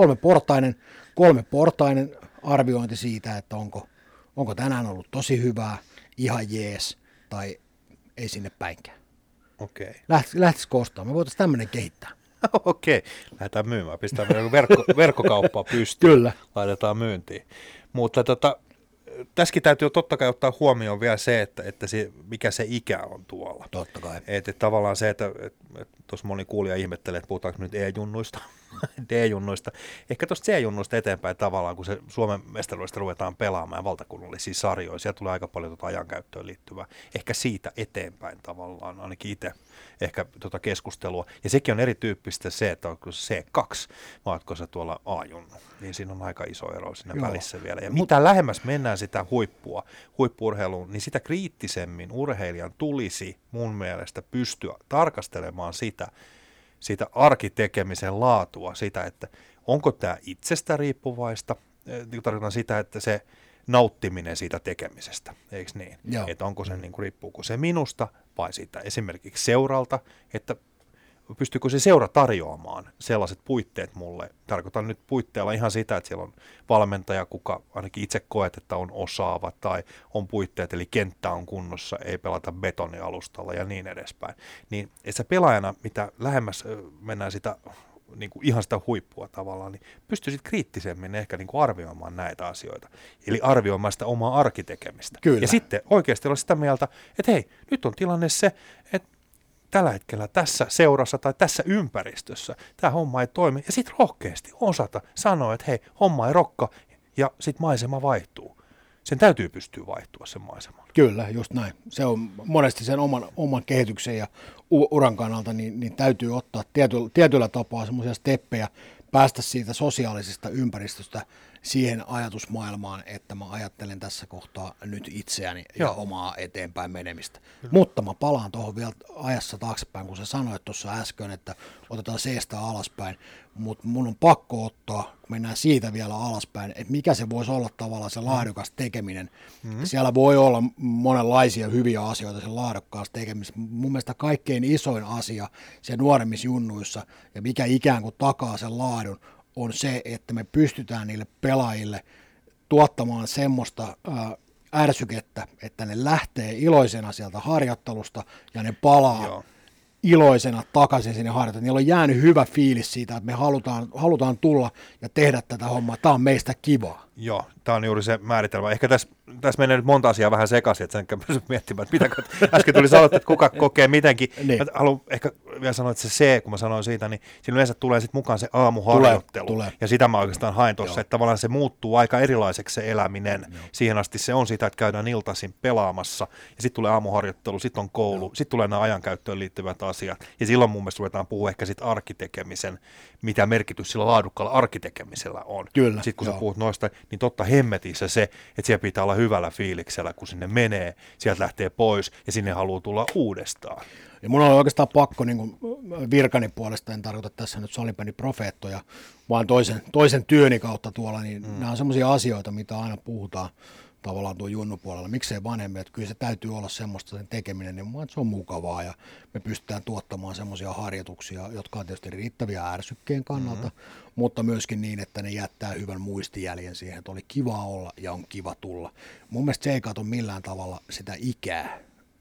kolmeportainen arviointi siitä, että onko tänään ollut tosi hyvää, ihan jees, tai ei sinne päinkään. Okei. Lähtisikö ostamaan? Me voitaisiin tämmöinen kehittää. Okei. Lähdetään myymään. Pistetään verkkokauppaa pystyyn. Kyllä. Laitetaan myyntiin. Mutta tässäkin täytyy totta kai ottaa huomioon vielä se, että mikä se ikä on tuolla. Totta kai. Että tavallaan se, että tuossa moni kuulija ihmettelee, että puhutaanko nyt E-junnuista, D-junnuista. Ehkä tuosta C-junnuista eteenpäin tavallaan, kun se Suomen mestaruudesta ruvetaan pelaamaan ja valtakunnallisia sarjoja, siellä tulee aika paljon ajankäyttöön liittyvää. Ehkä siitä eteenpäin tavallaan, ainakin itse ehkä keskustelua. Ja sekin on erityyppistä se, että onko se C2, vai oletko se tuolla A-junnu. Niin siinä on aika iso ero siinä välissä vielä. Ja mitä lähemmäs mennään sitä huippu-urheiluun, niin sitä kriittisemmin urheilijan tulisi mun mielestä pystyä tarkastelemaan sitä arkitekemisen laatua, sitä, että onko tämä itsestä riippuvaista, tarkoitan sitä, että se nauttiminen siitä tekemisestä, eikö niin? Joo. Että onko se, riippuuko se minusta vai siitä esimerkiksi seuralta, että pystyykö se seura tarjoamaan sellaiset puitteet mulle. Tarkoitan nyt puitteella ihan sitä, että siellä on valmentaja, kuka ainakin itse koet, että on osaava, tai on puitteet, eli kenttä on kunnossa, ei pelata betonialustalla ja niin edespäin. Niin että sä pelaajana, mitä lähemmäs mennään sitä ihan sitä huippua tavallaan, niin pystyisit kriittisemmin ehkä arvioimaan näitä asioita. Eli arvioimaan sitä omaa arkitekemistä. Kyllä. Ja sitten oikeasti olla sitä mieltä, että hei, nyt on tilanne se, että tällä hetkellä tässä seurassa tai tässä ympäristössä tämä homma ei toimi. Ja sitten rohkeasti osata sanoa, että hei, homma ei rokka ja sitten maisema vaihtuu. Sen täytyy pystyä vaihtua sen maiseman. Kyllä, just näin. Se on monesti sen oman kehityksen ja uran kannalta, niin täytyy ottaa tietyllä tapaa semmoisia steppejä, päästä siitä sosiaalisesta ympäristöstä siihen ajatusmaailmaan, että mä ajattelen tässä kohtaa nyt itseäni ja omaa eteenpäin menemistä. Mutta mä palaan tuohon vielä ajassa taaksepäin, kun sä sanoit tuossa äsken, että otetaan seestä alaspäin, mutta mun on pakko ottaa, kun mennään siitä vielä alaspäin, että mikä se voisi olla tavallaan se laadukas tekeminen. Siellä voi olla monenlaisia hyviä asioita sen laadukkaassa tekemisessä. Mun mielestä kaikkein isoin asia se nuoremmissa junnuissa ja mikä ikään kuin takaa sen laadun on se, että me pystytään niille pelaajille tuottamaan semmoista ärsykettä, että ne lähtee iloisena sieltä harjoittelusta ja ne palaa iloisena takaisin sinne harjoitteluun. Niillä on jäänyt hyvä fiilis siitä, että me halutaan tulla ja tehdä tätä hommaa. Tämä on meistä kivaa. Joo, tämä on juuri se määritelmä. Ehkä tässä menee nyt monta asiaa vähän sekaisin, että sen pysy miettimään, että mitä äsken tuli sanottu, että kuka kokee mitenkin. Niin. Mä haluan ehkä vielä sanoa, että se C, kun mä sanoin siitä, niin siinä yleensä tulee sitten mukaan se aamuharjoittelu. Tulee. Ja sitä mä oikeastaan haen tuossa, että tavallaan se muuttuu aika erilaiseksi se eläminen. Joo. Siihen asti se on sitä, että käydään iltaisin pelaamassa, ja sitten tulee aamuharjoittelu, sitten on koulu, sitten tulee nämä ajankäyttöön liittyvät asiat. Ja silloin mun mielestä ruvetaan puhua ehkä sitten arkitekemisen, mitä merkitys sillä laadukkaalla arkitekemisellä on. Kyllä. Sitten kun sä puhut noista, niin totta hemmetissä se, että siellä pitää olla hyvällä fiiliksellä, kun sinne menee, sieltä lähtee pois ja sinne haluaa tulla uudestaan. Ja mun on oikeastaan pakko niin virkani puolesta, en tarkoita tässä nyt salibändiprofeettoja, vaan toisen työni kautta tuolla, niin nämä on semmoisia asioita, mitä aina puhutaan tavallaan tuon junnupuolella. Miksei vanhemmin, että kyllä se täytyy olla semmoista sen tekeminen, niin se on mukavaa ja me pystytään tuottamaan semmoisia harjoituksia, jotka on tietysti riittäviä ärsykkeen kannalta, mutta myöskin niin, että ne jättää hyvän muistijäljen siihen, että oli kiva olla ja on kiva tulla. Mun mielestä se ei kato millään tavalla sitä ikää.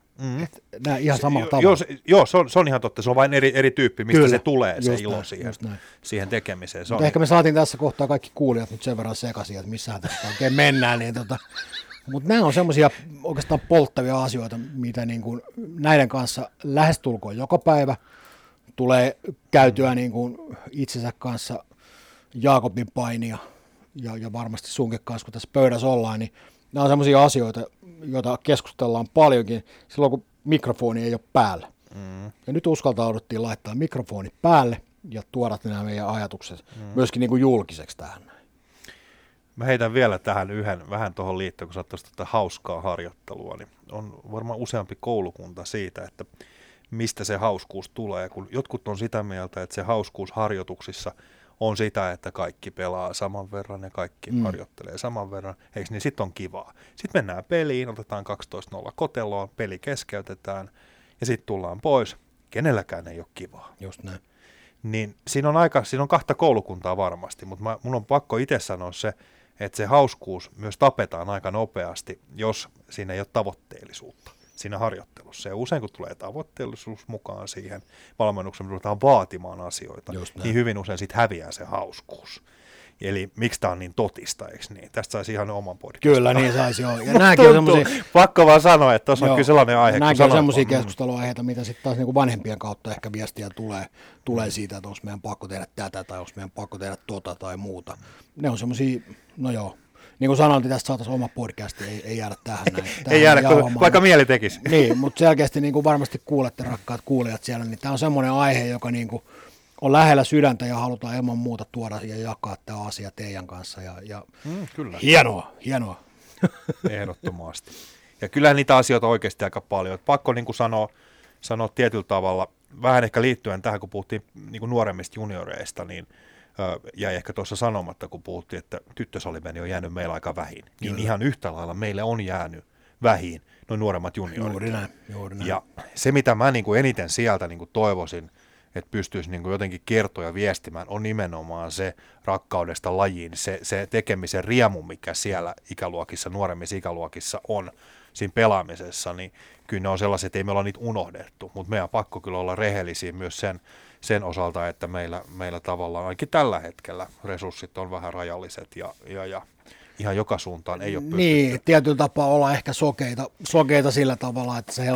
Nämä ihan samalla tavalla. Joo, se on ihan totta. Se on vain eri tyyppi, mistä se tulee, se ilo siihen tekemiseen. Mutta ehkä me saatiin tässä kohtaa kaikki kuulijat nyt sen verran sekaisin, että missähän tässä oikein mennään. Niin mutta nämä on semmoisia oikeastaan polttavia asioita, mitä niin kuin näiden kanssa lähestulkoon joka päivä tulee käytyä niin kuin itsensä kanssa Jaakobin painia ja varmasti sunkin kanssa, kun tässä pöydässä ollaan, niin nämä on semmoisia asioita, joita keskustellaan paljonkin silloin, kun mikrofoni ei ole päällä. Ja nyt uskaltauduttiin laittaa mikrofoni päälle ja tuoda nämä meidän ajatukset myöskin niin kuin julkiseksi tähän. Mä heitän vielä tähän yhden vähän tuohon liittyen, kun sä oot tätä hauskaa harjoittelua, niin on varmaan useampi koulukunta siitä, että mistä se hauskuus tulee. Kun jotkut on sitä mieltä, että se hauskuus harjoituksissa on sitä, että kaikki pelaa saman verran ja kaikki harjoittelee saman verran, eikö niin? Sitten on kivaa. Sitten mennään peliin, otetaan 12-0 koteloon, peli keskeytetään ja sitten tullaan pois. Kenelläkään ei ole kivaa. Just näin. Niin siinä on kahta koulukuntaa varmasti, mutta mun on pakko itse sanoa se, että se hauskuus myös tapetaan aika nopeasti, jos siinä ei ole tavoitteellisuutta siinä harjoittelussa. Ja usein kun tulee tavoitteellisuus mukaan siihen valmennukseen, me ruvetaan vaatimaan asioita, niin hyvin usein sitten häviää se hauskuus. Eli miksi tämä on niin totista, eikö niin? Tästä saisi ihan oman podcastin. Kyllä, niin saisi joo. Ja nämäkin on semmoisia... Pakko vaan sanoa, että tuossa on kyllä sellainen aihe. Nämäkin on semmoisia keskusteluaiheita, mitä sitten taas niin vanhempien kautta ehkä viestiä tulee siitä, että onko meidän pakko tehdä tätä tai onko meidän pakko tehdä tota tai muuta. Ne on semmoisia, no joo. Niin kuin sanoin, tästä saataisiin oma podcasti, ei jäädä tähän näin. Ei jäädä, vaikka mieli tekisi. Niin, mutta selkeästi niin kuin varmasti kuulette, rakkaat kuulijat siellä, niin tämä on semmoinen aihe, joka niin kuin on lähellä sydäntä ja halutaan ilman muuta tuoda ja jakaa tämä asia teidän kanssa. Kyllä. Hienoa. Ehdottomasti. Ja kyllähän niitä asioita oikeasti aika paljon. Pakko niin kuin sanoa tietyllä tavalla, vähän ehkä liittyen tähän, kun puhuttiin niin kuin nuoremmista junioreista, niin jäi ehkä tuossa sanomatta, kun puhuttiin, että tyttösalibändi on jäänyt meillä aika vähin. Niin ihan yhtä lailla meille on jäänyt vähin noin nuoremmat juniorit. Juuri näin. Ja se, mitä mä niin kuin eniten sieltä niin kuin toivoisin, että pystyisi niin kuin jotenkin kertoa ja viestimään, on nimenomaan se rakkaudesta lajiin, se tekemisen riemu, mikä siellä ikäluokissa, nuoremmissa ikäluokissa on siinä pelaamisessa, niin kyllä ne on sellaiset, että ei me olla niitä unohdettu, mutta meidän on pakko kyllä olla rehellisiä myös sen osalta, että meillä tavallaan ainakin tällä hetkellä resurssit on vähän rajalliset ja ihan joka suuntaan ei ole pystytty. Niin, tietyllä tapaa olla ehkä sokeita sillä tavalla, että se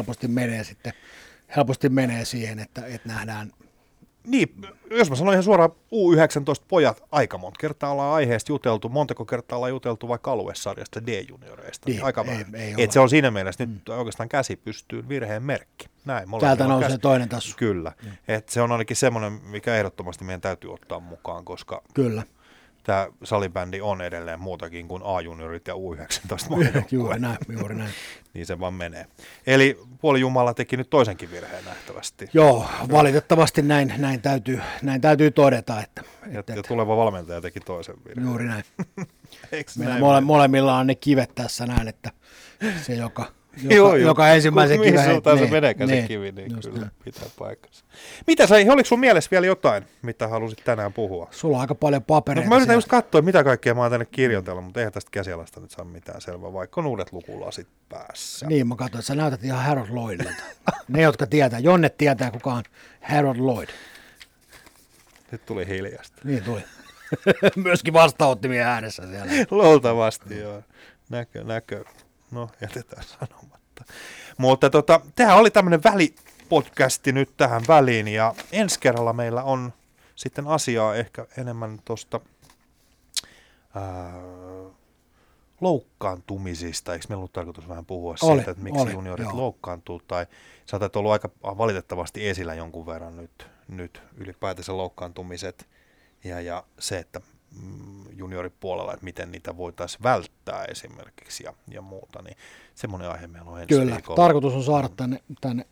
helposti menee siihen, että nähdään. Niin, jos mä sanon ihan suoraan, U19-pojat aika monta kertaa ollaan aiheesta juteltu, montako kertaa ollaan juteltu vaikka aluesarjasta D-junioreista, niin aika vähän. Että se on siinä mielessä nyt oikeastaan käsi pystyy virheen merkki. Näin, täältä nousee toinen tassu. Kyllä, että se on ainakin semmoinen, mikä ehdottomasti meidän täytyy ottaa mukaan, koska kyllä. tämä salibändi on edelleen muutakin kuin A-juniorit ja U19 Juuri näin. Niin se vaan menee. Eli puolijumala teki nyt toisenkin virheen nähtävästi. Joo, valitettavasti näin täytyy todeta. Ja tuleva valmentaja teki toisen virheen. Juuri näin. Meillä molemmilla on ne kivet tässä näin, että se joka ensimmäisen kiven... Mihin suuntaan se meneekään se kivi, niin kyllä näin. Pitää paikkansa. Mitä oliko sun mielessä vielä jotain, mitä halusit tänään puhua? Sulla on aika paljon papereita. Mä yritän just katsoa, mitä kaikkea mä oon tänne kirjoitellut, mutta eihän tästä käsialasta nyt saa mitään selvää, vaikka on uudet lukulasit päässä. Niin, mä katsoin, että sä näytät ihan Harold Lloydilta. Ne, jotka tietää, Jonne tietää, kuka on Harold Lloyd. Nyt tuli hiljasta. Niin tuli. Myöskin vastaanottimien äänessä siellä. Luultavasti, joo. Näkö. No, jätetään sanomatta. Mutta tämähän oli tämmöinen välipodcasti nyt tähän väliin, ja ensi kerralla meillä on sitten asiaa ehkä enemmän tuosta loukkaantumisista. Eikö meillä ollut tarkoitus vähän puhua siitä, että miksi juniorit loukkaantuu, tai sä oot ollut aika valitettavasti esillä jonkun verran nyt ylipäätänsä loukkaantumiset, ja se, että junioripuolella, että miten niitä voitaisiin välttää esimerkiksi ja muuta, niin semmoinen aihe meillä on ensi viikolla. Kyllä, tarkoitus on saada tänne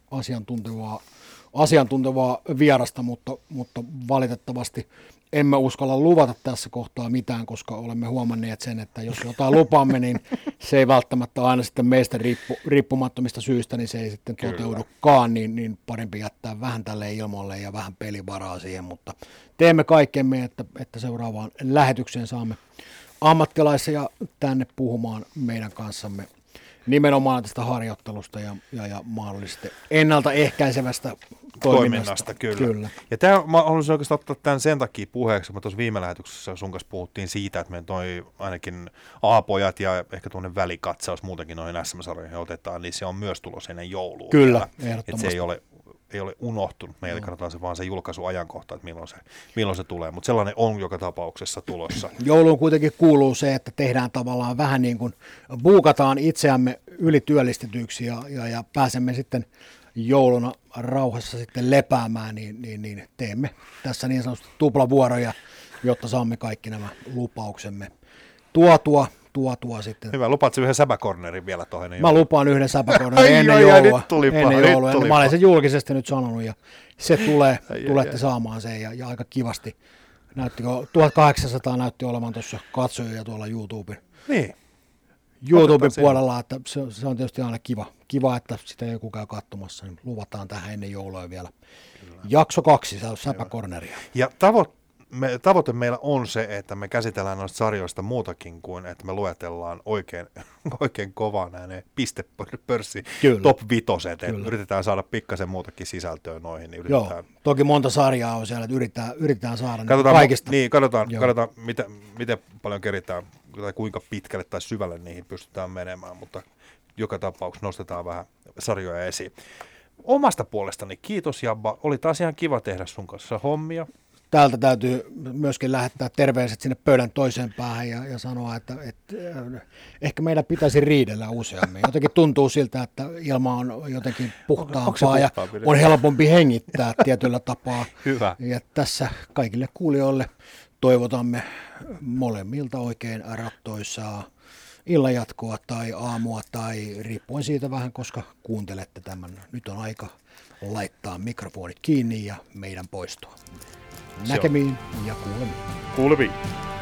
asiantuntevaa vierasta, mutta valitettavasti emme uskalla luvata tässä kohtaa mitään, koska olemme huomanneet sen, että jos jotain lupaamme, niin se ei välttämättä aina sitten meistä riippumattomista syistä, niin se ei sitten toteudukaan, niin parempi jättää vähän tälle ilmoille ja vähän pelivaraa siihen, mutta teemme kaikkemme, että seuraavaan lähetykseen saamme ammattilaisia tänne puhumaan meidän kanssamme nimenomaan tästä harjoittelusta ja mahdollisesti ennaltaehkäisevästä toiminnasta. Kyllä. Ja mä haluaisin oikeastaan ottaa tämän sen takia puheeksi, kun me tuossa viime lähetyksessä sun kanssa puhuttiin siitä, että me toi ainakin A-pojat ja ehkä tuonne välikatsaus muutenkin noihin SM-sarjoihin otetaan, niin se on myös tulossa ennen joulua. Kyllä, ehdottomasti. Että se ei ole unohtunut. Meillä katsotaan se vaan se julkaisuajankohta, että milloin se tulee, mutta sellainen on joka tapauksessa tulossa. Jouluun kuitenkin kuuluu se, että tehdään tavallaan vähän niin kuin buukataan itseämme ylityöllistetyksi ja pääsemme sitten jouluna rauhassa sitten lepäämään, niin teemme tässä niin sanotusti tuplavuoroja, jotta saamme kaikki nämä lupauksemme tuotua sitten. Hyvä, lupaatko yhden säpäkornerin vielä tuohon ennen joulua? Mä lupaan yhden säpäkornerin ennen joulua. Nyt tuli paha. Mä olen sen julkisesti nyt sanonut ja se tulette saamaan sen ja aika kivasti. 1800 näytti olevan tuossa katsojia tuolla YouTuben. Niin. YouTuben puolella, että se on tietysti aina kiva, että sitä joku käy katsomassa, niin luvataan tähän ennen joulua vielä. Kyllä. Jakso 2, säpäkorneria. Ja tavoite meillä on se, että me käsitellään noista sarjoista muutakin kuin, että me luetellaan oikein kovaa nämä pistepörssi top 5, että yritetään saada pikkasen muutakin sisältöä noihin. Niin Joo, toki monta sarjaa on siellä, että yritetään saada kaikista. Niin, katsotaan miten paljon keritään, tai kuinka pitkälle tai syvälle niihin pystytään menemään, mutta joka tapauksessa nostetaan vähän sarjoja esiin. Omasta puolestani kiitos, Jabba, oli taas ihan kiva tehdä sun kanssa hommia. Täältä täytyy myöskin lähettää terveiset sinne pöydän toiseen päähän ja sanoa, että ehkä meidän pitäisi riidellä useammin. Jotenkin tuntuu siltä, että ilma on jotenkin puhtaampaa ja on helpompi hengittää tietyllä tapaa. Hyvä. Ja tässä kaikille kuulijoille toivotamme molemmilta oikein rattoisaa illanjatkoa tai aamua tai riippuen siitä vähän, koska kuuntelette tämän. Nyt on aika laittaa mikrofonit kiinni ja meidän poistua. Näkemiin ja kuulemiin.